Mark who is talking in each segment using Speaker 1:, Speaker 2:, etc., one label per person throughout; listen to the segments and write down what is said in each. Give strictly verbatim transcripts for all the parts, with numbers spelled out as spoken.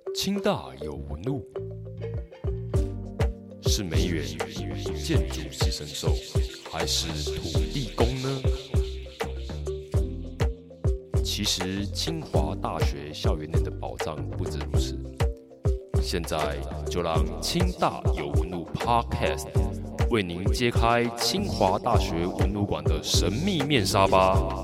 Speaker 1: 清大有纹路，是梅园建筑系神兽，还是土地公呢？其实清华大学校园内的宝藏不止如此。现在就让清大有纹路 Podcast 为您揭开清华大学文路馆的神秘面纱吧。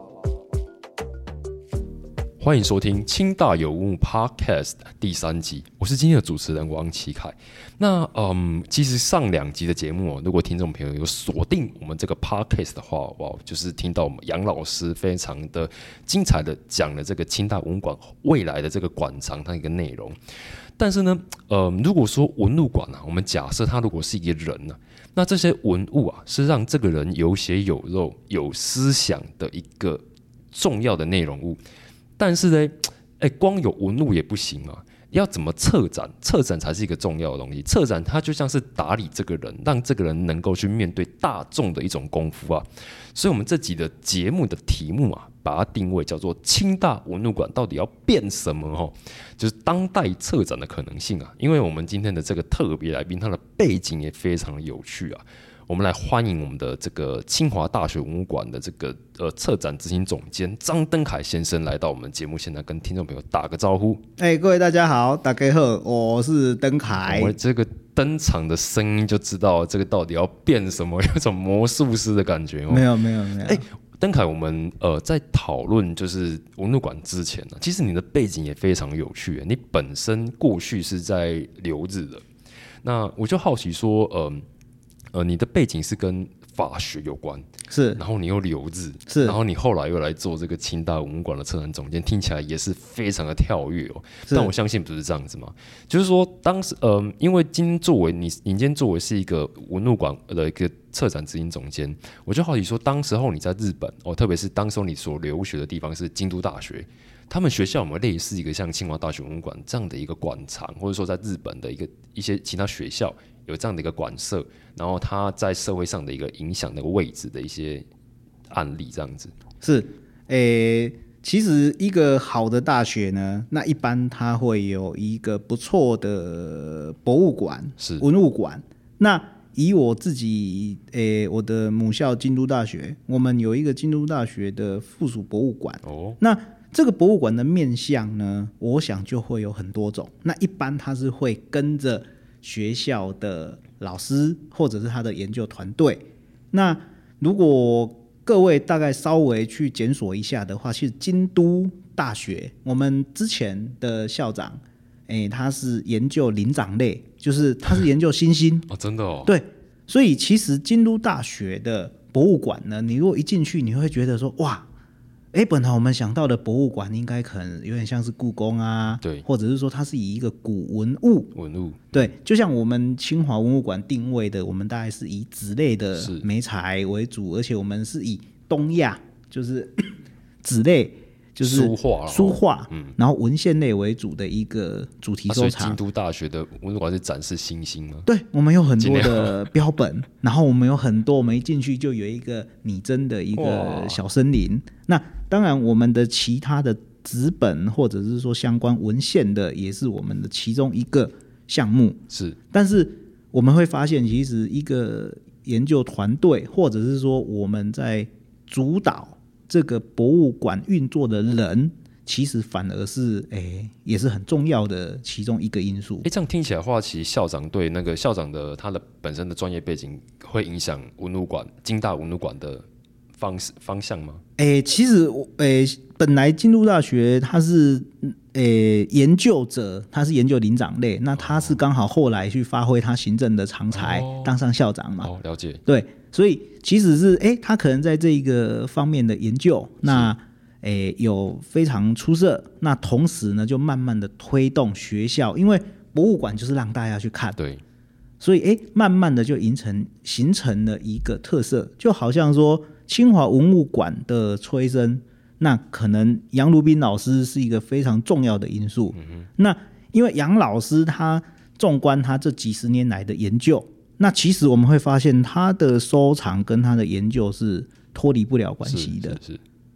Speaker 1: 欢迎收听清大有纹路 Podcast 第三集，我是今天的主持人王启凯。那嗯，其实上两集的节目、哦、如果听众朋友有锁定我们这个 Podcast 的话，哇，就是听到我们杨老师非常的精彩的讲了这个清大文物馆未来的这个馆藏它一个内容。但是呢，呃，如果说文物馆啊，我们假设他如果是一个人呢、啊，那这些文物啊，是让这个人有血有肉、有思想的一个重要的内容物。但是呢，哎，光有文物也不行啊，要怎么策展？策展才是一个重要的东西。策展它就像是打理这个人，让这个人能够去面对大众的一种功夫啊。所以，我们这集的节目的题目啊，把它定位叫做清大文物馆到底要变什么？哦，就是当代策展的可能性啊。因为我们今天的这个特别来宾，他的背景也非常的有趣啊。我们来欢迎我们的这个清华大学文物馆的这个呃策展执行总监张登凯先生来到我们节目现在，跟听众朋友打个招呼。
Speaker 2: 哎、欸，各位大家好，大家好，我是登凯。
Speaker 1: 我这个登场的声音就知道这个到底要变什么，有种魔术师的感觉哦。
Speaker 2: 没有没有没有。
Speaker 1: 哎、欸，登凯，我们呃在讨论就是文物馆之前呢、啊，其实你的背景也非常有趣。你本身过去是在留日的，那我就好奇说，呃。呃，你的背景是跟法学有关，
Speaker 2: 是，
Speaker 1: 然后你又留日，
Speaker 2: 是，
Speaker 1: 然后你后来又来做这个清大文物馆的策展总监，听起来也是非常的跳跃哦。但我相信不是这样子嘛，就是说当时，呃，因为今天作为你，你今天作为是一个文物馆的一个策展执行总监，我就好奇说，当时候你在日本哦，特别是当时候你所留学的地方是京都大学。他们学校有没有类似一个像清华大学文物馆这样的一个馆藏，或者说在日本的一个一些其他学校有这样的一个馆舍，然后它在社会上的一个影响那个位置的一些案例，这样子？
Speaker 2: 是，诶、欸，其实一个好的大学呢，那一般它会有一个不错的博物馆、
Speaker 1: 是
Speaker 2: 文物馆。那以我自己，诶、欸，我的母校京都大学，我们有一个京都大学的附属博物馆。
Speaker 1: 哦，
Speaker 2: 那这个博物馆的面向呢，我想就会有很多种。那一般它是会跟着学校的老师或者是他的研究团队。那如果各位大概稍微去检索一下的话，其实京都大学我们之前的校长，欸、他是研究灵长类，就是他是研究猩猩
Speaker 1: 哦，真的哦，
Speaker 2: 对。所以其实京都大学的博物馆呢，你如果一进去，你会觉得说，哇。哎，本来我们想到的博物馆应该可能有点像是故宫啊，
Speaker 1: 对，
Speaker 2: 或者是说它是以一个古文物，
Speaker 1: 文物，
Speaker 2: 对，就像我们清华文物馆定位的，我们大概是以纸类的媒材为主，而且我们是以东亚就是纸类，就是
Speaker 1: 书画、
Speaker 2: 书画，
Speaker 1: 嗯，
Speaker 2: 然后文献类为主的一个主题收藏。啊、
Speaker 1: 所以京都大学的文物馆是展示星星吗？
Speaker 2: 对，我们有很多的标本，然后我们有很多，我们一进去就有一个拟真的一个小森林。那当然，我们的其他的纸本或者是说相关文献的，也是我们的其中一个项目。
Speaker 1: 是，
Speaker 2: 但是我们会发现，其实一个研究团队，或者是说我们在主导这个博物馆运作的人，其实反而是诶、欸，也是很重要的其中一个因素。
Speaker 1: 哎，这样听起来的话，其实校长对那个校长的他的本身的专业背景，会影响文物馆、京大文物馆的方方向吗？
Speaker 2: 诶、欸，其实诶、欸，本来京都大学他是诶、欸、研究者，他是研究灵长类，那他是刚好后来去发挥他行政的长才，哦、当上校长嘛。
Speaker 1: 哦，了解。
Speaker 2: 对，所以其实是诶、欸，他可能在这一个方面的研究，那诶、欸、有非常出色。那同时呢，就慢慢的推动学校，因为博物馆就是让大家去看，
Speaker 1: 对，
Speaker 2: 所以诶、欸，慢慢的就形成形成了一个特色，就好像说。清华文物馆的催生，那可能杨如宾老师是一个非常重要的因素。嗯、那因为杨老师他纵观他这几十年来的研究，那其实我们会发现他的收藏跟他的研究是脱离不了关系的。
Speaker 1: 是是是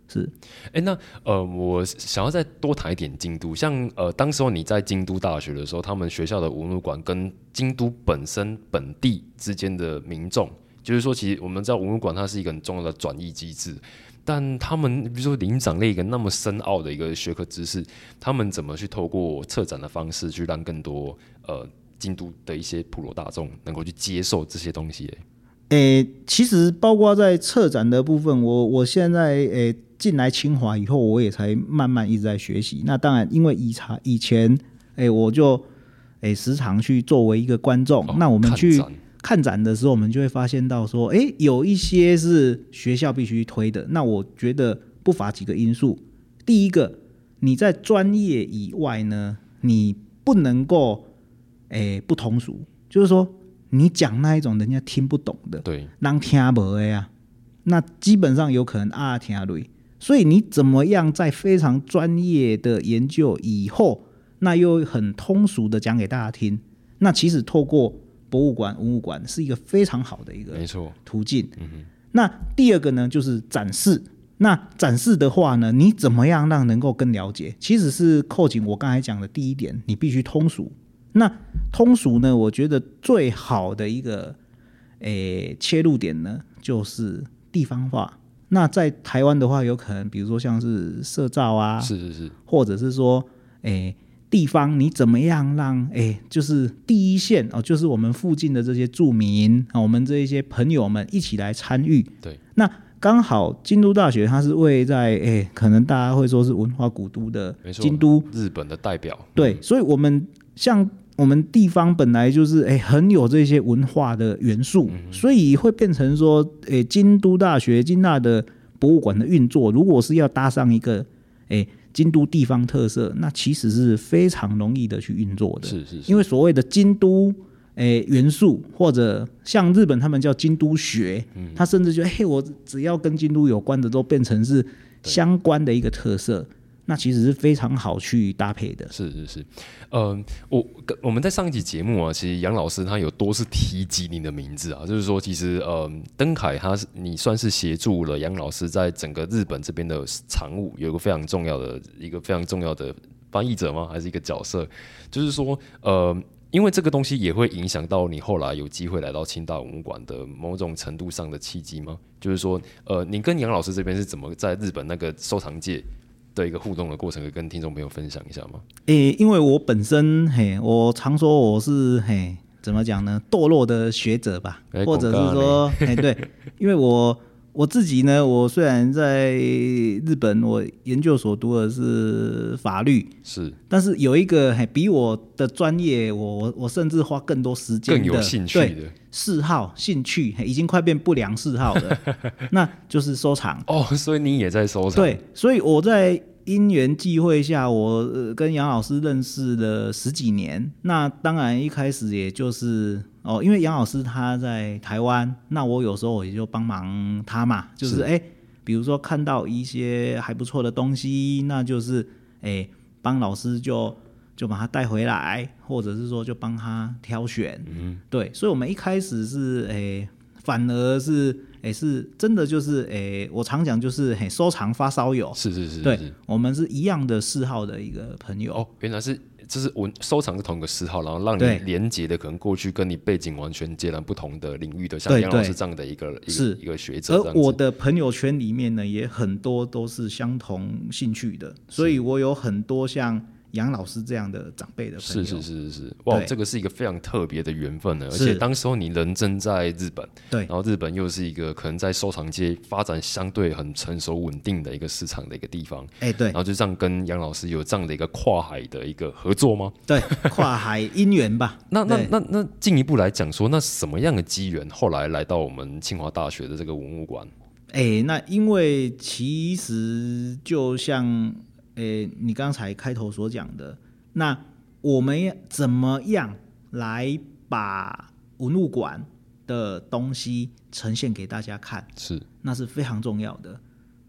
Speaker 2: 是，
Speaker 1: 哎，那呃，我想要再多谈一点京都，像呃，当时候你在京都大学的时候，他们学校的文物馆跟京都本身本地之间的民众，就是说，其实我们知道文物馆它是一个很重要的转移机制，但他们比如说领长类一个那么深奥的一个学科知识，他们怎么去透过策展的方式去让更多呃京都的一些普罗大众能够去接受这些东西、欸？
Speaker 2: 诶，其实包括在策展的部分，我我现在诶进来清华以后，我也才慢慢一直在学习。那当然，因为以前以前诶我就诶时常去作为一个观众，哦、那我们去看 展, 看展的时候，我们就会发现到说，诶有一些是学校必须推的。那我觉得不乏几个因素。第一个，你在专业以外呢，你不能够诶不通俗，就是说。你讲那一种人家听不懂的，
Speaker 1: 对，
Speaker 2: 人听不的呀，那基本上有可能啊听累。所以你怎么样在非常专业的研究以后，那又很通俗的讲给大家听，那其实透过博物馆、文物馆是一个非常好的一个途径。嗯、那第二个呢，就是展示。那展示的话呢，你怎么样让能够更了解？其实是扣紧我刚才讲的第一点，你必须通俗。那通俗呢，我觉得最好的一个诶切入点呢，就是地方化。那在台湾的话，有可能比如说像是社造啊，
Speaker 1: 是是是，
Speaker 2: 或者是说诶地方你怎么样让诶就是第一线哦，就是我们附近的这些住民啊，我们这一些朋友们一起来参与。
Speaker 1: 对，
Speaker 2: 那刚好京都大学它是位在诶，可能大家会说是文化古都的京都，
Speaker 1: 日本的代表。
Speaker 2: 对，所以我们像。我们地方本来就是诶很有这些文化的元素，嗯、所以会变成说，诶京都大学京大的博物馆的运作，如果是要搭上一个诶京都地方特色，那其实是非常容易的去运作的。
Speaker 1: 是是是，
Speaker 2: 因为所谓的京都诶元素，或者像日本他们叫京都学，嗯、他甚至就诶我只要跟京都有关的都变成是相关的一个特色。那其实是非常好去搭配的。
Speaker 1: 是是是，呃，我我们在上一集节目啊，其实杨老师他有多次提及你的名字啊，就是说，其实呃，登凯他你算是协助了杨老师在整个日本这边的常务，有一个非常重要的一个非常重要的翻译者吗？还是一个角色？就是说，呃。因为这个东西也会影响到你后来有机会来到清大文物馆的某种程度上的契机吗？就是说，呃，你跟杨老师这边是怎么在日本那个收藏界的一个互动的过程，可以跟听众朋友分享一下吗？
Speaker 2: 诶、欸，因为我本身嘿，我常说我是嘿，怎么讲呢？堕落的学者吧，欸、或者是说，嘿，对，因为我我自己呢，我虽然在日本，我研究所读的是法律，
Speaker 1: 是，
Speaker 2: 但是有一个嘿比我的专业，我我甚至花更多时间的，
Speaker 1: 更有兴趣的
Speaker 2: 嗜好、兴趣，已经快变不良嗜好了，那就是收藏。
Speaker 1: 哦，所以你也在收藏？
Speaker 2: 对，所以我在因缘际会下，我、呃、跟杨老师认识了十几年。那当然一开始也就是哦，因为杨老师他在台湾，那我有时候也就帮忙他嘛，就是哎，比如说看到一些还不错的东西，那就是哎帮老师就就把它带回来，或者是说就帮他挑选。嗯，对，所以我们一开始是哎，反而是。欸、是真的就是、欸、我常讲就是、欸、收藏发烧友，
Speaker 1: 是是 是, 是，
Speaker 2: 对，我们是一样的嗜好的一个朋友。
Speaker 1: 哦，原来是这是文收藏是同一个嗜好，然后让你连结的可能过去跟你背景完全截然不同的领域的，像杨老师这样的一个一 个, 一个学者。
Speaker 2: 而我的朋友圈里面呢，也很多都是相同兴趣的，所以我有很多像杨老师这样的长辈的朋友。
Speaker 1: 是是是是，哇，这个是一个非常特别的缘分呢。而且当时候你人正在日本，对，然后日本又是一个可能在收藏界发展相对很成熟稳定的一个市场的一个地方，哎、欸，对，然后就这样跟杨老师有这样的一个跨海的一个合作吗？
Speaker 2: 对，跨海姻缘吧。
Speaker 1: 那那那那进一步来讲说，那什么样的机缘后来来到我们清华大学的这个文物馆？
Speaker 2: 哎、欸，那因为其实就像。欸、你刚才开头所讲的，那我们怎么样来把文物馆的东西呈现给大家看？
Speaker 1: 是，
Speaker 2: 那是非常重要的。那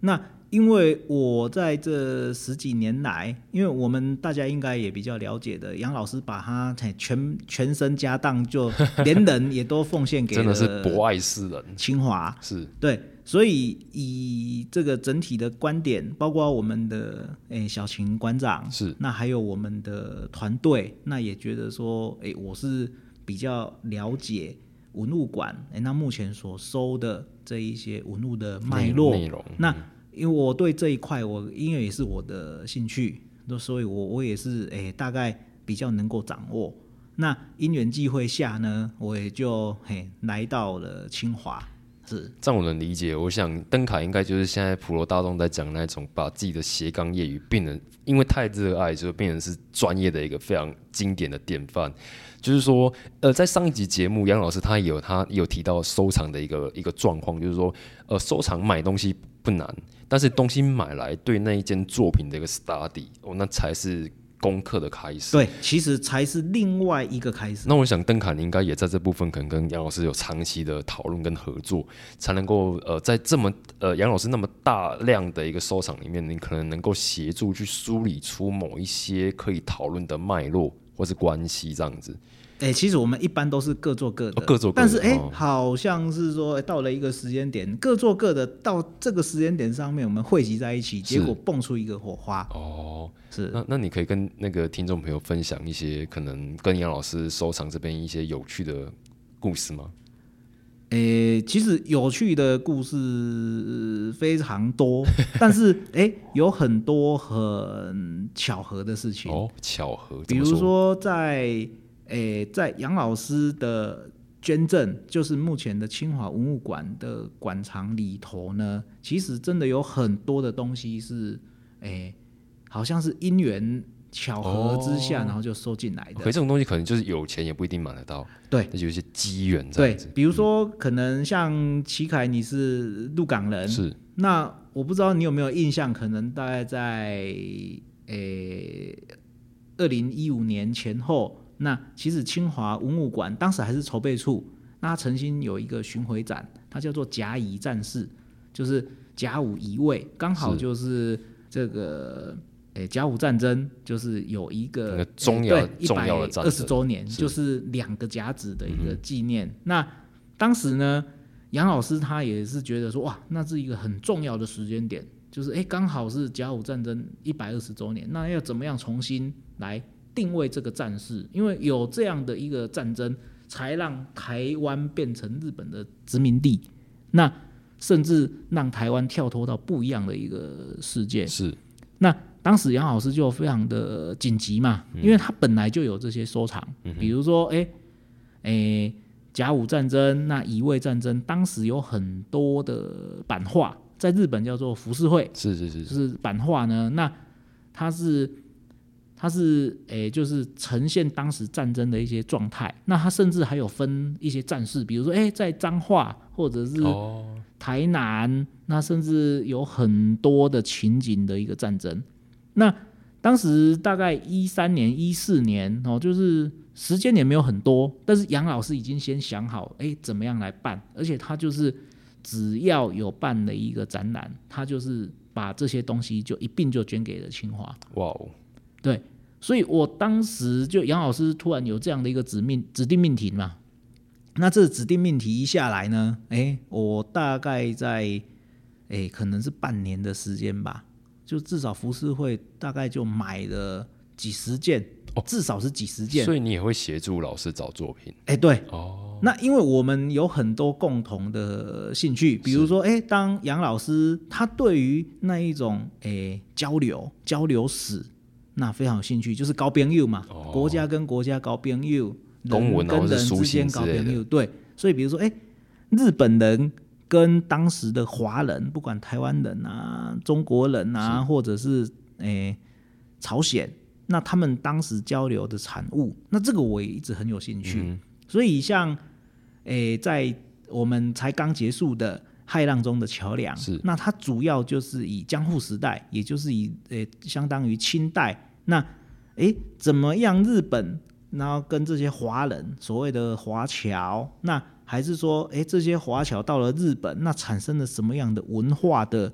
Speaker 2: 因为我在这十几年来，因为我们大家应该也比较了解的，杨老师把他全全身家当就连人也都奉献给了，
Speaker 1: 真的是博爱世人。
Speaker 2: 清华
Speaker 1: 是
Speaker 2: 对，所以以这个整体的观点，包括我们的诶小秦馆长
Speaker 1: 是，
Speaker 2: 那还有我们的团队，那也觉得说，诶，我是比较了解文物馆，诶，那目前所收的这一些文物的脉络
Speaker 1: 内容，
Speaker 2: 那。因为我对这一块，我音乐也是我的兴趣，所以我我也是诶、欸、大概比较能够掌握。那因缘际会下呢，我也就嘿来到了清华。是，
Speaker 1: 这样我能理解。我想登凯应该就是现在普罗大众在讲那种把自己的斜杠业余变成，因为太热爱，就变成是专业的一个非常经典的典范。就是说，呃，在上一集节目，杨老师他也有他也有提到收藏的一个一个状况，就是说，呃，收藏买东西不难，但是东西买来对那一件作品的一个 study， 哦，那才是功课的开始。
Speaker 2: 对，其实才是另外一个开始。
Speaker 1: 那我想邓凯你应该也在这部分可能跟杨老师有长期的讨论跟合作，才能够呃在这么呃杨老师那么大量的一个收藏里面，你可能能够协助去梳理出某一些可以讨论的脉络或是关系这样子。
Speaker 2: 欸、其实我们一般都是各做各的，
Speaker 1: 哦、各做各的。
Speaker 2: 但是哎、欸
Speaker 1: 哦，
Speaker 2: 好像是说、欸、到了一个时间点，各做各的，到这个时间点上面，我们汇集在一起，结果蹦出一个火花。
Speaker 1: 哦，
Speaker 2: 是。
Speaker 1: 那那你可以跟那个听众朋友分享一些可能跟杨老师收藏这边一些有趣的故事吗？
Speaker 2: 诶、欸，其实有趣的故事非常多，但是哎、欸，有很多很巧合的事情。
Speaker 1: 哦，巧合，
Speaker 2: 比如说在。诶，在杨老师的捐赠，就是目前的清华文物馆的馆藏里头呢，其实真的有很多的东西是，诶，好像是因缘巧合之下，哦、然后就收进来的。
Speaker 1: 可这种东西可能就是有钱也不一定买得到，
Speaker 2: 对，
Speaker 1: 有一些机缘这样子。
Speaker 2: 对，比如说、嗯、可能像齐凯你是鹿港人，
Speaker 1: 是，
Speaker 2: 那我不知道你有没有印象，可能大概在诶二零一五年前后。那其实清华文物馆当时还是筹备处，那它曾经有一个巡回展，它叫做甲乙战士，就是甲午乙未，刚好就是这个诶甲午战争，就是有一个、
Speaker 1: 那个重要
Speaker 2: 一百二十周年，就是两个甲子的一个纪念。嗯、那当时呢，杨老师他也是觉得说，哇，那是一个很重要的时间点，就是诶刚好是甲午战争一百二十周年，那要怎么样重新来定位这个战事，因为有这样的一个战争，才让台湾变成日本的殖民地，那甚至让台湾跳脱到不一样的一个世界。
Speaker 1: 是，
Speaker 2: 那当时杨老师就非常的紧急嘛，嗯、因为他本来就有这些收藏，嗯、比如说，哎、欸，哎、欸，甲午战争、那乙未战争，当时有很多的版画，在日本叫做浮世绘，
Speaker 1: 是是是，
Speaker 2: 就是版画呢，那它是。它是诶、欸，就是呈现当时战争的一些状态。那它甚至还有分一些战事，比如说诶、欸，在彰化或者是台南，哦、那甚至有很多的情景的一个战争。那当时大概一三年、一四年哦，就是时间也没有很多，但是杨老师已经先想好，诶、欸，怎么样来办？而且他就是只要有办了一个展览，他就是把这些东西就一并就捐给了清华。
Speaker 1: 哇哦！
Speaker 2: 对，所以我当时就杨老师突然有这样的一个指命指定命题嘛，那这指定命题一下来呢，哎，我大概在哎可能是半年的时间吧，就至少浮世绘大概就买了几十件，哦、至少是几十件。
Speaker 1: 所以你也会协助老师找作品？
Speaker 2: 哎，对，哦，那因为我们有很多共同的兴趣，比如说，哎，当杨老师他对于那一种哎交流交流史。那非常有兴趣，就是交朋友嘛，哦、国家跟国家交朋友，人跟人之间交朋友，对。所以比如说，哎，日本人跟当时的华人，不管台湾人啊、中国人啊，或者是诶朝鲜，那他们当时交流的产物，那这个我也一直很有兴趣。嗯、所以像诶在我们才刚结束的骇浪中的桥梁，那它主要就是以江户时代，也就是以诶相当于清代。那诶怎么样日本然后跟这些华人所谓的华侨，那还是说诶这些华侨到了日本，那产生了什么样的文化的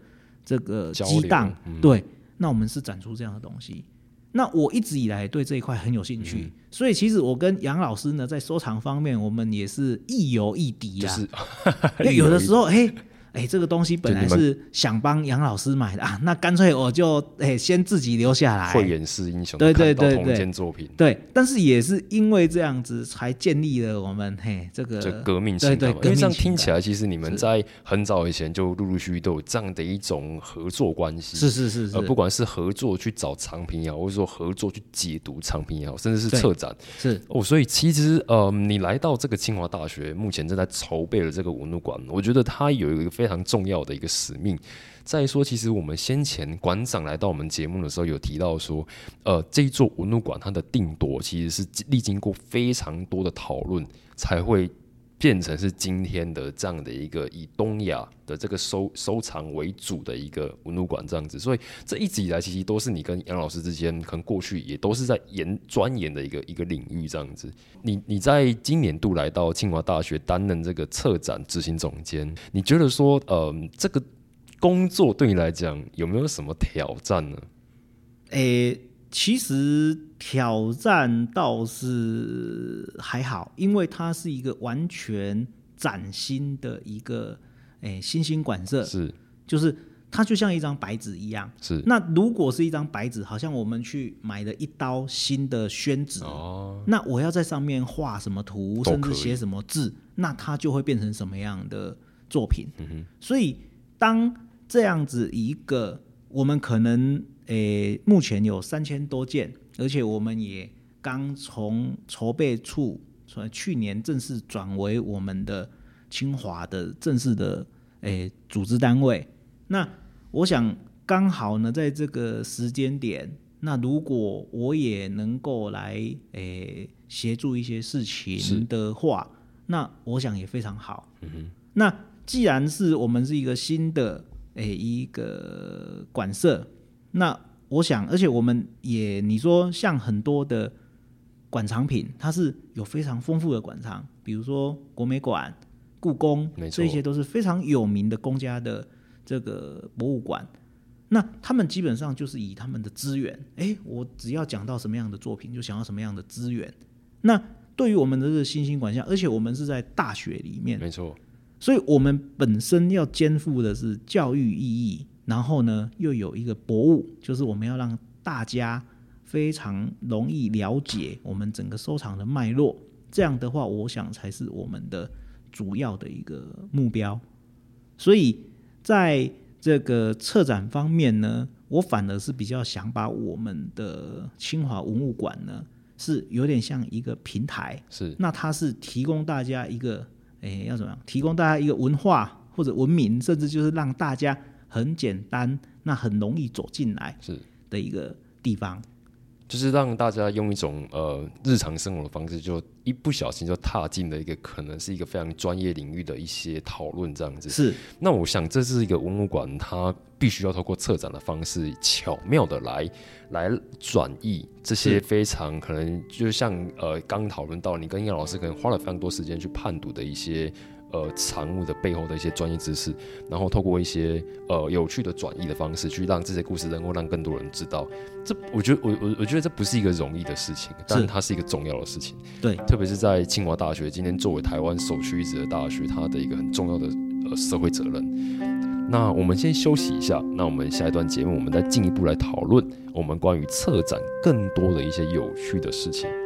Speaker 2: 这个激荡、嗯，对，那我们是展出这样的东西。那我一直以来对这一块很有兴趣，嗯、所以其实我跟杨老师呢，在收藏方面，我们也是亦友亦敌啊。就是、因为有的时候，嘿。哎，这个东西本来是想帮杨老师买的啊，那干脆我就哎先自己留下来。
Speaker 1: 慧眼识英雄，
Speaker 2: 对对对对，
Speaker 1: 看到同一件作品，
Speaker 2: 对。但是也是因为这样子，才建立了我们嘿这个
Speaker 1: 就革命情感。对对，因为这样听起来，其实你们在很早以前就陆陆续续都有这样的一种合作关系。
Speaker 2: 是是是是，
Speaker 1: 呃，不管是合作去找藏品也好，或者说合作去解读藏品也好，甚至是策展，
Speaker 2: 是
Speaker 1: 哦。所以其实呃，你来到这个清华大学，目前正在筹备的这个文物馆，我觉得它有一个非常重要的一个使命。再说，其实我们先前馆长来到我们节目的时候，有提到说，呃，这一座文物馆它的定夺其实是历经过非常多的讨论，才会变成是今天的这样的一个以东亚的这个收收藏为主的一个文物馆这样子。所以这一直以来，其实都是你跟杨老师之间，可能过去也都是在研钻研的一个一个领域这样子。你你在今年度来到清华大学担任这个策展执行总监，你觉得说，呃，这个工作对你来讲有没有什么挑战呢？
Speaker 2: 诶，其实挑战倒是还好，因为它是一个完全崭新的一个诶新兴馆舍，
Speaker 1: 是，
Speaker 2: 就是它就像一张白纸一样。
Speaker 1: 是，
Speaker 2: 那如果是一张白纸，好像我们去买了一刀新的宣纸，哦，那我要在上面画什么图，甚至写什么字，那它就会变成什么样的作品。嗯哼，所以当这样子一个，我们可能诶目前有三千多件，而且我们也刚从筹备处去年正式转为我们的清华的正式的诶组织单位。那我想刚好呢，在这个时间点，那如果我也能够来诶协助一些事情的话，那我想也非常好。嗯哼，那既然是我们是一个新的诶一个馆舍，那我想，而且我们也你说像很多的馆藏品，它是有非常丰富的馆藏，比如说国美馆、故宫，这些都是非常有名的公家的这个博物馆。那他们基本上就是以他们的资源，哎，我只要讲到什么样的作品，就想要什么样的资源。那对于我们的这个新兴馆项，而且我们是在大学里面，
Speaker 1: 没错。
Speaker 2: 所以我们本身要肩负的是教育意义，然后呢又有一个博物，就是我们要让大家非常容易了解我们整个收藏的脉络，这样的话我想才是我们的主要的一个目标。所以在这个策展方面呢，我反而是比较想把我们的清华文物馆呢是有点像一个平台，
Speaker 1: 是，那
Speaker 2: 它是提供大家一个诶，要怎么样？提供大家一个文化或者文明，甚至就是让大家很简单，那很容易走进来的一个地方，
Speaker 1: 就是让大家用一种呃日常生活的方式，就一不小心就踏进了一个可能是一个非常专业领域的一些讨论这样子。
Speaker 2: 是，
Speaker 1: 那我想这是一个文物馆，它必须要透过策展的方式，巧妙的来来转译这些非常可能，就像呃刚讨论到，你跟杨老师可能花了非常多时间去判读的一些。呃，藏物的背后的一些专业知识，然后透过一些呃有趣的转译的方式，去让这些故事能够让更多人知道。这我觉得我我我觉得这不是一个容易的事情，但是它是一个重要的事情。
Speaker 2: 对，
Speaker 1: 特别是在清华大学今天作为台湾首屈一指的大学，它的一个很重要的呃社会责任。那我们先休息一下，那我们下一段节目我们再进一步来讨论我们关于策展更多的一些有趣的事情。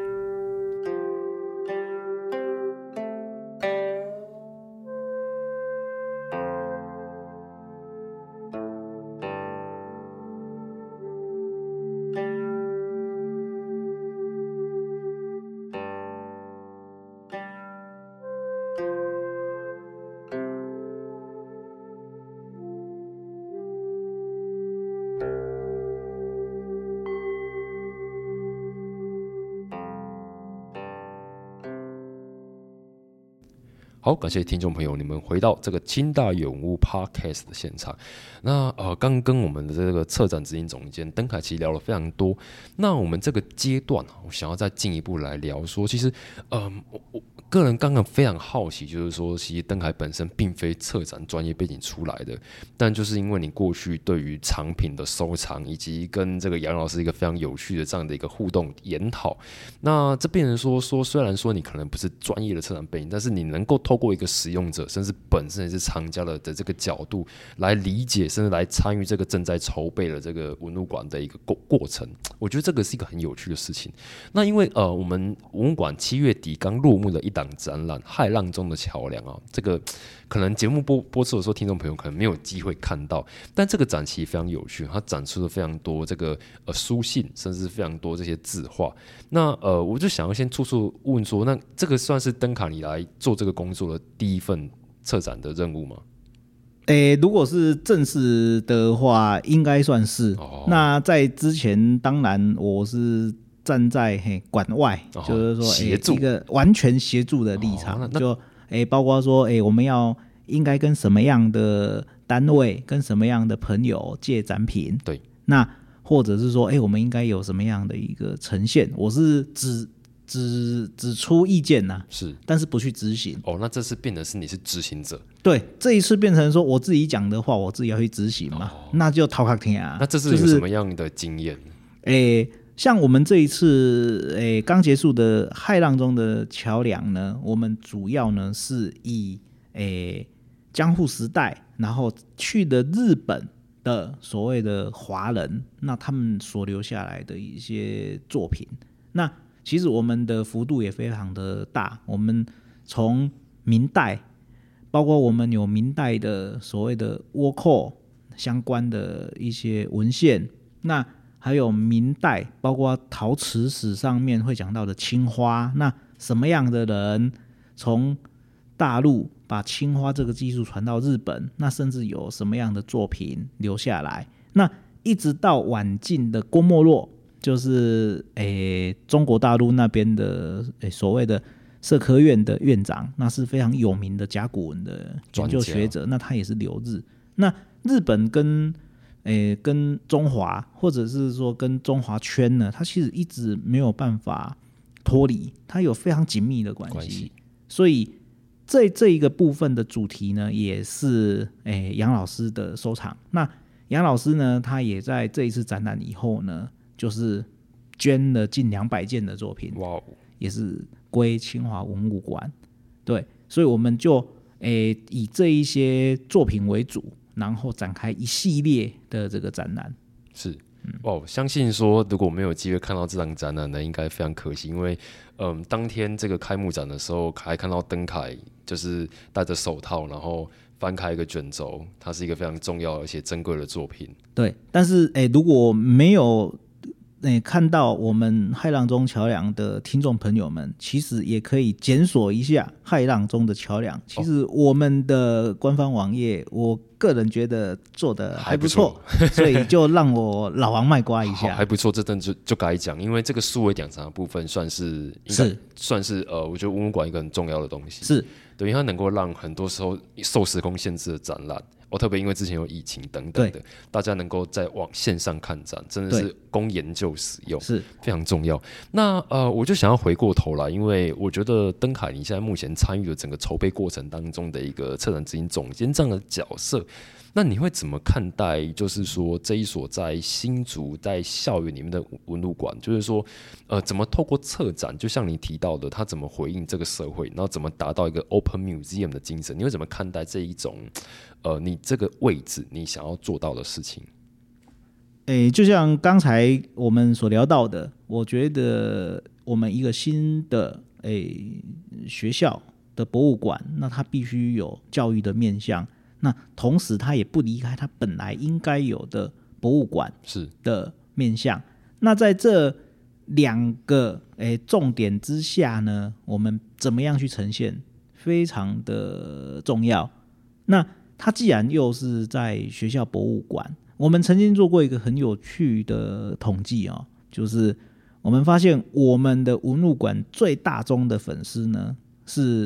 Speaker 1: 好，感谢听众朋友，你们回到这个清大有物 Podcast 的现场。那呃，刚跟我们的这个策展执行总监登凯其实聊了非常多。那我们这个阶段，我想要再进一步来聊说，其实，嗯、呃，我我个人刚刚非常好奇，就是说，其实登凯本身并非策展专业背景出来的，但就是因为你过去对于藏品的收藏，以及跟这个杨老师一个非常有趣的这样的一个互动研讨，那这变成说说，虽然说你可能不是专业的策展背景，但是你能够透过一个使用者，甚至本身也是藏家的的这个角度来理解，甚至来参与这个正在筹备的这个文物馆的一个过过程，我觉得这个是一个很有趣的事情。那因为呃，我们文物馆七月底刚落幕的一档展览《骇浪中的桥梁》啊，这个可能节目播播出的时候，听众朋友可能没有机会看到，但这个展其实非常有趣，它展出了非常多这个呃书信，甚至非常多这些字画。那呃，我就想要先处处问说，那这个算是登凯你来做这个工作的第一份策展的任务吗？
Speaker 2: 诶，如果是正式的话，应该算是。哦、那在之前，当然我是站在嘿馆外，哦、就是说协助一个完全协助的立场，哦、就诶包括说诶我们要应该跟什么样的单位、跟什么样的朋友借展品，
Speaker 1: 对，
Speaker 2: 那或者是说诶我们应该有什么样的一个呈现，我是只。只只出意见呐、啊，
Speaker 1: 是，
Speaker 2: 但是不去执行。
Speaker 1: 哦，那这次变成是你是执行者。
Speaker 2: 对，这一次变成说我自己讲的话，我自己要去执行嘛，哦、那就讨卡听啊。
Speaker 1: 那这次有什么样的经验？
Speaker 2: 诶、就是，像我们这一次诶刚结束的骇浪中的桥梁呢，我们主要呢是以诶江户时代，然后去的日本的所谓的华人，那他们所留下来的一些作品，那。其实我们的幅度也非常的大，我们从明代，包括我们有明代的所谓的倭寇相关的一些文献，那还有明代包括陶瓷史上面会讲到的青花，那什么样的人从大陆把青花这个技术传到日本，那甚至有什么样的作品留下来，那一直到晚近的郭沫若。就是诶，中国大陆那边的诶所谓的社科院的院长，那是非常有名的甲骨文的研究学者，那他也是留日。那日本跟诶跟中华，或者是说跟中华圈呢，它其实一直没有办法脱离，它有非常紧密的关系。所以这这一个部分的主题呢，也是诶杨老师的收藏。那杨老师呢，他也在这一次展览以后呢。就是捐了近两百件的作品，哇，也是归清华文物馆。对，所以我们就诶以这一些作品为主，然后展开一系列的这个展览。
Speaker 1: 是，哇，我相信说如果没有机会看到这场展览呢，应该非常可惜，因为嗯，当天这个开幕展的时候，还看到登凯就是戴着手套，然后。翻开一个卷轴，它是一个非常重要而且珍贵的作品。
Speaker 2: 对，但是诶，如果没有诶看到我们骇浪中桥梁的听众朋友们，其实也可以检索一下骇浪中的桥梁。其实我们的官方网页，我个人觉得做的还不错，所以就让我老王卖瓜一下。
Speaker 1: 还不错，这真就就该讲，因为这个数位典藏的部分算是应该算是呃，我觉得文物馆一个很重要的东西。
Speaker 2: 是。
Speaker 1: 对，因为它能够让很多时候受时空限制的展览，哦，特别因为之前有疫情等等的，大家能够在网线上看展，真的是供研究使用，
Speaker 2: 是
Speaker 1: 非常重要。那呃，我就想要回过头来，因为我觉得登凯你现在目前参与了整个筹备过程当中的一个策展执行总监这样的角色。那你会怎么看待？就是说这一所在新竹在校园里面的文物馆，就是说，呃，怎么透过策展，就像你提到的，它怎么回应这个社会，然后怎么达到一个 open museum 的精神？你会怎么看待这一种，呃，你这个位置你想要做到的事情？
Speaker 2: 诶，就像刚才我们所聊到的，我觉得我们一个新的诶学校的博物馆，那它必须有教育的面向。那同时，它也不离开它本来应该有的博物馆的面向。那在这两个诶重点之下呢，我们怎么样去呈现，非常的重要。那它既然又是在学校博物馆，我们曾经做过一个很有趣的统计哦，就是我们发现我们的文物馆最大宗的粉丝呢是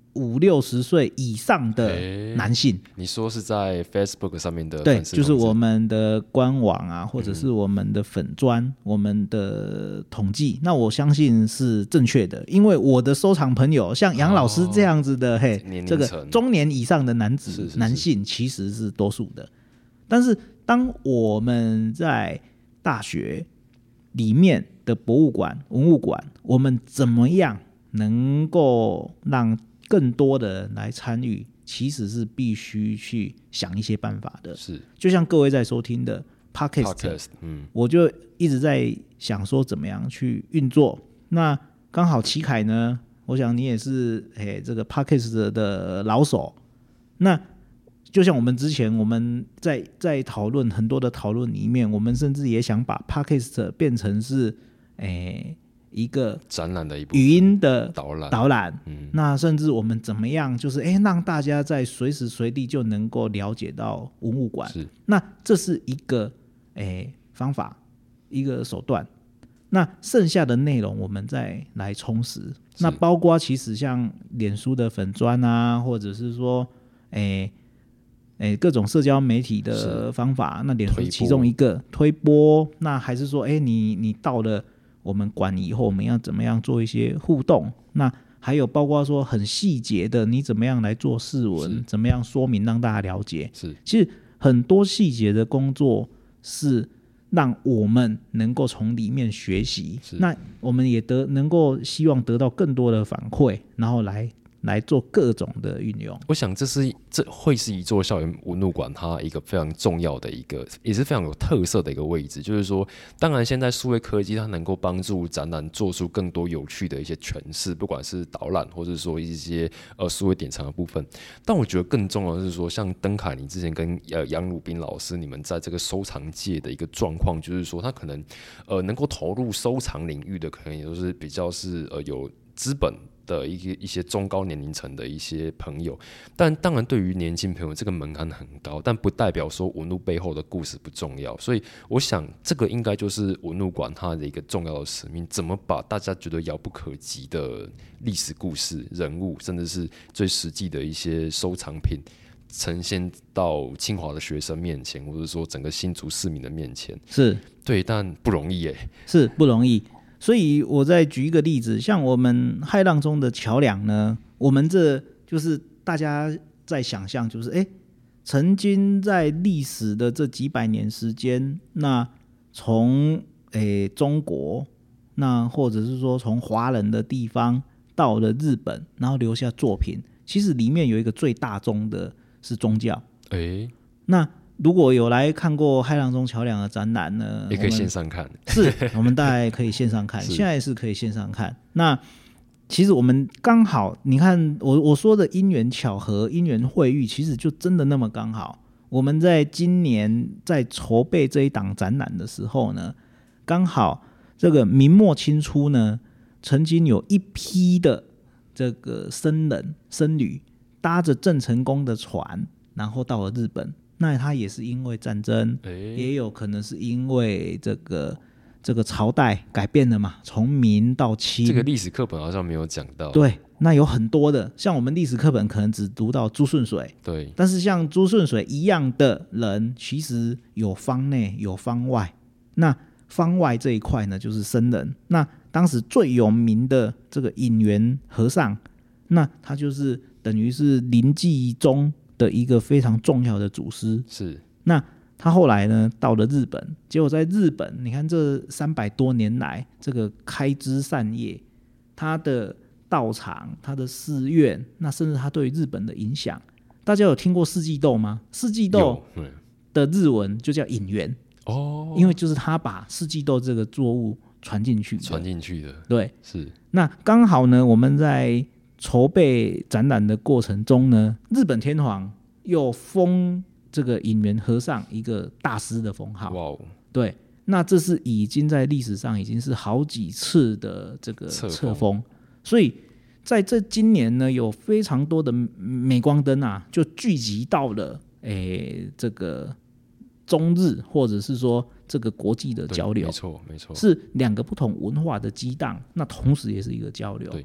Speaker 2: 五六十岁以上的男性。
Speaker 1: 欸、你说是在 Facebook 上面的
Speaker 2: 对，
Speaker 1: 粉丝
Speaker 2: 就是我们的官网啊，或者是我们的粉专、嗯、我们的统计，那我相信是正确的，因为我的收藏朋友像杨老师这样子的、哦、嘿，这个中年以上的男子是是是男性其实是多数的。但是当我们在大学里面的博物馆、文物馆，我们怎么样能够让更多的人来参与，其实是必须去想一些办法的。
Speaker 1: 是，就
Speaker 2: 像各位在收听的 Podcast，
Speaker 1: 嗯，
Speaker 2: 我就一直在想说怎么样去运作。那刚好启凯呢，我想你也是诶这个 Podcast 的老手。那就像我们之前我们在在讨论很多的讨论里面，我们甚至也想把 Podcast 变成是诶。一个
Speaker 1: 展览的一部分
Speaker 2: 语音的
Speaker 1: 导览，
Speaker 2: 导览，
Speaker 1: 嗯，
Speaker 2: 那甚至我们怎么样，就是哎，让大家在随时随地就能够了解到文物馆，
Speaker 1: 是，
Speaker 2: 那这是一个哎方法，一个手段。那剩下的内容我们再来充实。那包括其实像脸书的粉专啊，或者是说哎哎各种社交媒体的方法，那脸书其中一个推播，那还是说哎你你到了。我们馆以后我们要怎么样做一些互动，那还有包括说很细节的你怎么样来做释文，怎么样说明让大家了解，
Speaker 1: 是
Speaker 2: 其实很多细节的工作是让我们能够从里面学习，那我们也得能够希望得到更多的反馈，然后来来做各种的运用。
Speaker 1: 我想这是这会是一座校园文物馆它一个非常重要的一个也是非常有特色的一个位置，就是说当然现在数位科技它能够帮助展览做出更多有趣的一些诠释，不管是导览或者说一些呃数位典藏的部分，但我觉得更重要的是说像登凯你之前跟呃杨鲁宾老师你们在这个收藏界的一个状况，就是说他可能呃能够投入收藏领域的可能也都是比较是呃有资本的一些一些中高年龄层的一些朋友，但当然对于年轻朋友这个门槛很高，但不代表说文物背后的故事不重要，所以我想这个应该就是文物馆它的一个重要的使命，怎么把大家觉得遥不可及的历史故事、人物，甚至是最实际的一些收藏品呈现到清华的学生面前，或者说整个新竹市民的面前，
Speaker 2: 是
Speaker 1: 对，但不容易耶，
Speaker 2: 是不容易。所以我再举一个例子，像我们骇浪中的桥梁呢，我们这就是大家在想象，就是哎，曾经在历史的这几百年时间，那从哎中国，那或者是说从华人的地方到了日本，然后留下作品，其实里面有一个最大宗的是宗教。
Speaker 1: 哎，
Speaker 2: 那如果有来看过骇浪中桥梁的展览呢，
Speaker 1: 也可以线上看，
Speaker 2: 是我们大概可以线上看，现在是可以线上看。那其实我们刚好，你看我我说的因缘巧合、因缘会遇，其实就真的那么刚好。我们在今年在筹备这一档展览的时候呢，刚好这个明末清初呢，曾经有一批的这个僧人僧侣搭着郑成功的船，然后到了日本。那他也是因为战争，欸、也有可能是因为这个这个朝代改变了嘛，从明到清。
Speaker 1: 这个历史课本好像没有讲到。
Speaker 2: 对，那有很多的，像我们历史课本可能只读到朱顺水，
Speaker 1: 对，
Speaker 2: 但是像朱顺水一样的人，其实有方内有方外。那方外这一块呢，就是僧人。那当时最有名的这个隐元和尚，那他就是等于是临济宗的一个非常重要的祖师。
Speaker 1: 是，
Speaker 2: 那他后来呢到了日本，结果在日本你看这三百多年来这个开枝散叶，他的道场他的寺院，那甚至他对日本的影响，大家有听过四季豆吗？四季豆的日文就叫隐元哦，因为就是他把四季豆这个作物传进去
Speaker 1: 传进去的。
Speaker 2: 对，
Speaker 1: 是。
Speaker 2: 那刚好呢我们在筹备展览的过程中呢，日本天皇又封这个隐元和尚一个大师的封号。
Speaker 1: 哇哦！
Speaker 2: 对，那这是已经在历史上已经是好几次的这个册封，所以在这今年呢，有非常多的镁光灯啊，就聚集到了诶这个中日或者是说这个国际的交流。
Speaker 1: 没错没错，
Speaker 2: 是两个不同文化的激荡，那同时也是一个交流。
Speaker 1: 对。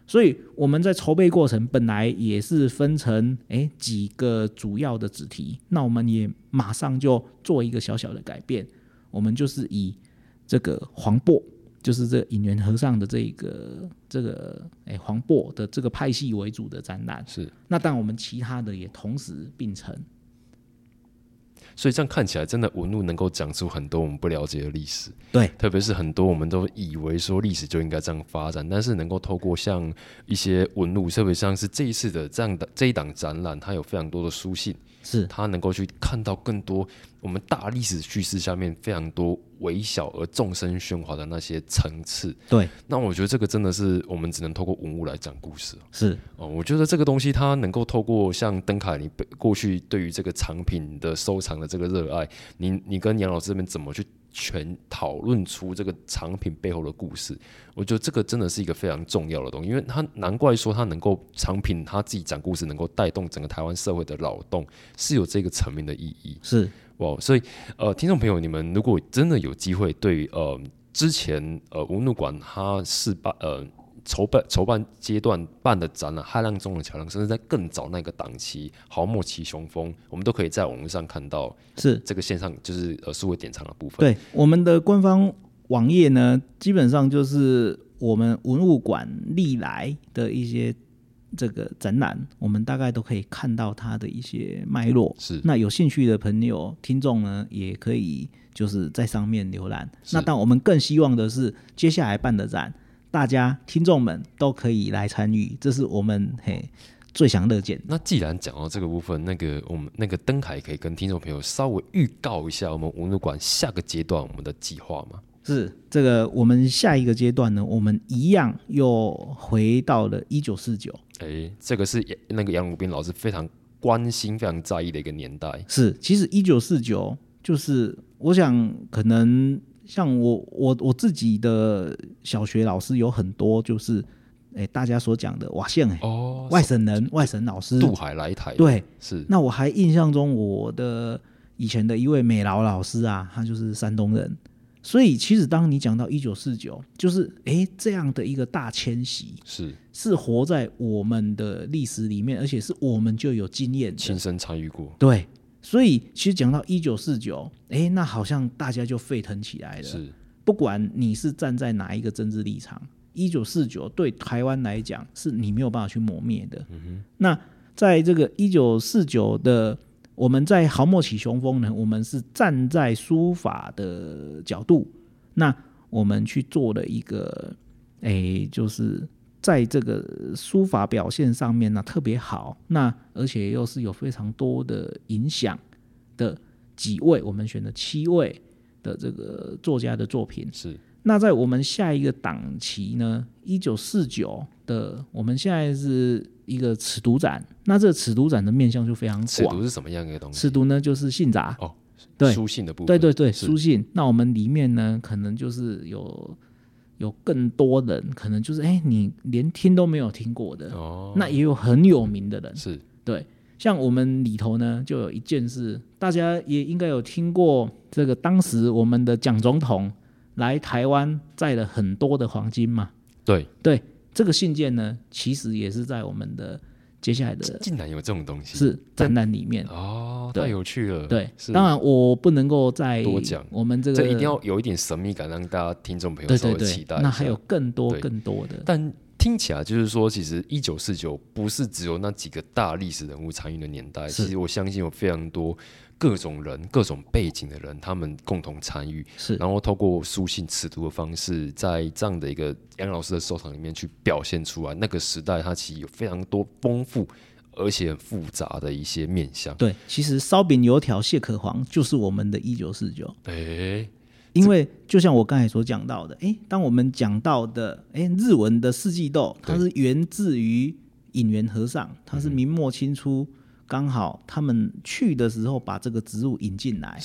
Speaker 2: 所以我们在筹备过程本来也是分成诶几个主要的子题，那我们也马上就做一个小小的改变，我们就是以这个黄檗，就是这个隐元和尚的这个这个诶黄檗的这个派系为主的展览。
Speaker 1: 是，
Speaker 2: 那当然我们其他的也同时并成。
Speaker 1: 所以这样看起来，真的文物能够讲出很多我们不了解的历史。
Speaker 2: 对，
Speaker 1: 特别是很多我们都以为说历史就应该这样发展，但是能够透过像一些文物，特别像是这一次的这样的这一档展览，它有非常多的书信，
Speaker 2: 是
Speaker 1: 它能够去看到更多我们大历史叙事下面非常多微小而众声喧哗的那些层次。
Speaker 2: 对，
Speaker 1: 那我觉得这个真的是我们只能透过文物来讲故事。
Speaker 2: 是
Speaker 1: 哦，我觉得这个东西它能够透过像登凯你过去对于这个藏品的收藏的这个热爱，你你跟杨老师这边怎么去全讨论出这个藏品背后的故事，我觉得这个真的是一个非常重要的东西，因为它难怪说它能够藏品它自己讲故事，能够带动整个台湾社会的扰动，是有这个层面的意义。
Speaker 2: 是
Speaker 1: 哇，所以呃，听众朋友，你们如果真的有机会对于呃之前呃文物馆它是办呃。筹办筹办阶段办的展览《骇浪中的桥梁》，甚至在更早那个档期，毫末骑雄风，我们都可以在网络上看到。
Speaker 2: 是
Speaker 1: 这个线上就是呃数位典藏的部分。
Speaker 2: 对，我们的官方网页呢，基本上就是我们文物馆历来的一些这个展览，我们大概都可以看到它的一些脉络。
Speaker 1: 是，
Speaker 2: 那有兴趣的朋友、听众呢，也可以就是在上面浏览。那但我们更希望的是，接下来办的展，大家听众们都可以来参与，这是我们嘿最想乐见。
Speaker 1: 那既然讲到这个部分，那个我们那个登凯可以跟听众朋友稍微预告一下我们文物馆下个阶段我们的计划吗？
Speaker 2: 是这个，我们下一个阶段呢，我们一样又回到了一九四九。
Speaker 1: 哎，这个是那个杨鲁宾老师非常关心、非常在意的一个年代。
Speaker 2: 是，其实一九四九就是我想可能。像我我我自己的小学老师有很多，就是，欸、大家所讲的瓦县哎，
Speaker 1: 哦，
Speaker 2: 外省人、外省老师，
Speaker 1: 渡海来台，
Speaker 2: 对，
Speaker 1: 是。
Speaker 2: 那我还印象中，我的以前的一位美劳老师啊，他就是山东人，所以其实当你讲到一九四九，就是哎、欸、这样的一个大迁徙，
Speaker 1: 是
Speaker 2: 是活在我们的历史里面，而且是我们就有经验的，
Speaker 1: 亲身参与过，
Speaker 2: 对。所以其实讲到一九四九，哎，那好像大家就沸腾起来了。
Speaker 1: 是，
Speaker 2: 不管你是站在哪一个政治立场，一九四九对台湾来讲是你没有办法去磨灭的。嗯哼。那在这个一九四九的，我们在毫末起雄风呢，我们是站在书法的角度，那我们去做了一个，哎，就是。在这个书法表现上面呢特别好，那而且又是有非常多的影响的几位，我们选了七位的这个作家的作品。
Speaker 1: 是。
Speaker 2: 那在我们下一个档期呢，一九四九的，我们现在是一个尺牍展。那这个尺牍展的面向就非常广。
Speaker 1: 尺牍是什么样的东西？
Speaker 2: 尺牍呢，就是信札
Speaker 1: 哦，
Speaker 2: 对，
Speaker 1: 书信的部分。
Speaker 2: 对对对，书信。那我们里面呢，可能就是有。有更多人可能就是哎，你连听都没有听过的，哦，那也有很有名的人，
Speaker 1: 是
Speaker 2: 对。像我们里头呢，就有一件事，大家也应该有听过，这个当时我们的蒋总统来台湾载了很多的黄金嘛，
Speaker 1: 对
Speaker 2: 对，这个信件呢，其实也是在我们的接下来的
Speaker 1: 竟然有这种东西
Speaker 2: 是展览里面
Speaker 1: 哦，太有趣了。
Speaker 2: 对，当然我不能够再
Speaker 1: 多讲，
Speaker 2: 我们这个
Speaker 1: 这一定要有一点神秘感，让大家听众朋友稍微期待一下。
Speaker 2: 那还有更多更多的，
Speaker 1: 但听起来就是说，其实一九四九不是只有那几个大历史人物参与的年代，其实我相信有非常多各种人、各种背景的人，他们共同参与，
Speaker 2: 是，
Speaker 1: 然后透过书信尺牍的方式，在这样的一个杨老师的收藏里面去表现出来。那个时代，它其实有非常多丰富而且很复杂的一些面向。
Speaker 2: 对，其实烧饼油条蟹壳黄就是我们的一九四九。
Speaker 1: 哎，
Speaker 2: 因为就像我刚才所讲到的，哎，当我们讲到的，哎，日文的四季豆，它是源自于隐元和尚，它是明末清初刚好他们去的时候把这个植物引进来，
Speaker 1: 是，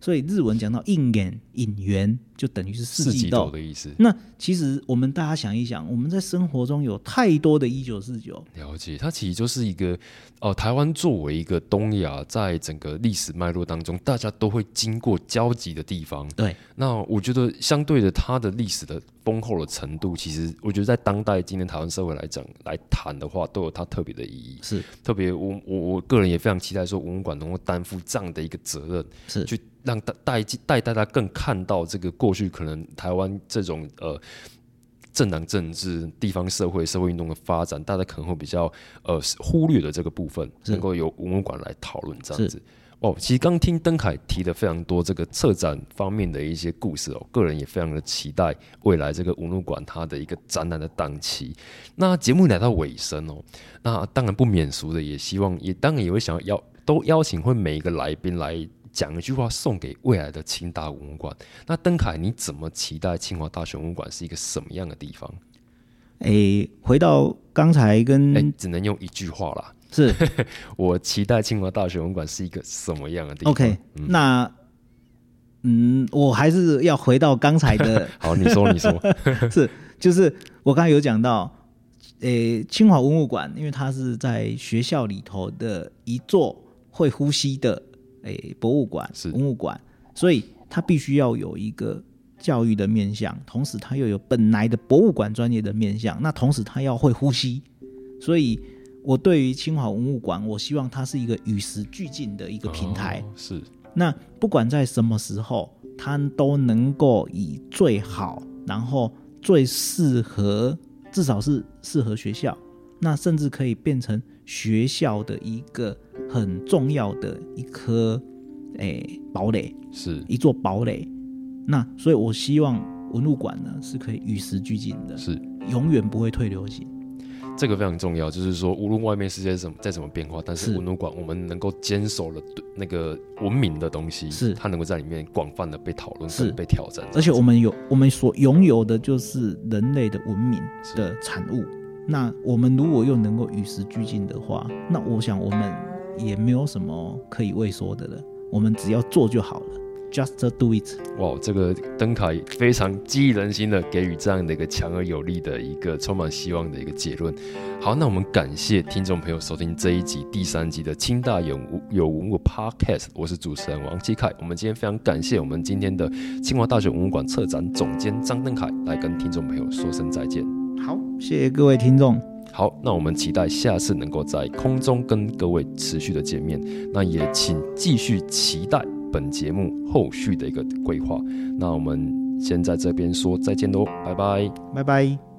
Speaker 2: 所以日文讲到应眼引缘，就等于是四季豆
Speaker 1: 的意思。
Speaker 2: 那其实我们大家想一想，我们在生活中有太多的一九四九。
Speaker 1: 了解，它其实就是一个呃，台湾作为一个东亚，在整个历史脉络当中，大家都会经过交集的地方。
Speaker 2: 对，
Speaker 1: 那我觉得相对的，它的历史的丰厚的程度，其实我觉得在当代今天台湾社会来讲来谈的话，都有它特别的意义。
Speaker 2: 是
Speaker 1: 特别我我我个人也非常期待说文物馆能够担负这样的一个责任，
Speaker 2: 是
Speaker 1: 去让带带大家更看到这个过去可能台湾这种呃政党政治、地方社会、社会运动的发展，大家可能会比较呃忽略的这个部分，能够由文物馆来讨论这样子。哦，其实刚听登凯提的非常多这个策展方面的一些故事哦，个人也非常的期待未来这个文物馆它的一个展览的档期。那节目来到尾声哦，那当然不免俗的，也希望也当然也会想要邀都邀请会每一个来宾来讲一句话送给未来的清大文物馆。那登凯，你怎么期待清华大学文物馆是一个什么样的地方？
Speaker 2: 诶，回到刚才跟
Speaker 1: 诶，只能用一句话啦。
Speaker 2: 是
Speaker 1: 我期待清华大学文物馆是一个什么样的地方
Speaker 2: ？OK，、嗯、那嗯，我还是要回到刚才的。
Speaker 1: 好，你说，你说，
Speaker 2: 是就是我刚才有讲到，诶，清华文物馆，因为它是在学校里头的一座会呼吸的诶博物馆、文物馆，所以它必须要有一个教育的面向，同时它又有本来的博物馆专业的面向，那同时它要会呼吸，所以我对于清华文物馆，我希望它是一个与时俱进的一个平台。
Speaker 1: 哦、是，
Speaker 2: 那不管在什么时候，它都能够以最好，然后最适合，至少是适合学校，那甚至可以变成学校的一个很重要的一颗诶堡垒，
Speaker 1: 是
Speaker 2: 一座堡垒。那所以我希望文物馆呢是可以与时俱进的，
Speaker 1: 是
Speaker 2: 永远不会退流行。
Speaker 1: 这个非常重要，就是说，无论外面世界怎么再怎么变化，但是文物馆我们能够坚守了那个文明的东西，
Speaker 2: 是
Speaker 1: 它能够在里面广泛的被讨论、跟被挑战。
Speaker 2: 而且我们有我们所拥有的就是人类的文明的产物。那我们如果又能够与时俱进的话，那我想我们也没有什么可以畏缩的了。我们只要做就好了。Just do it！
Speaker 1: 哇，这个登凯非常激励人心的给予这样的一个强而有力的一个充满希望的一个结论。好，那我们感谢听众朋友收听这一集第三集的清大有有文物 Podcast， 我是主持人王启凯。我们今天非常感谢我们今天的清华大学文物馆策展总监张登凯来跟听众朋友说声再见。
Speaker 2: 好，谢谢各位听众。
Speaker 1: 好，那我们期待下次能够在空中跟各位持续的见面。那也请继续期待本节目后续的一个规划。那我们先在这边说再见喽，拜拜，
Speaker 2: 拜拜。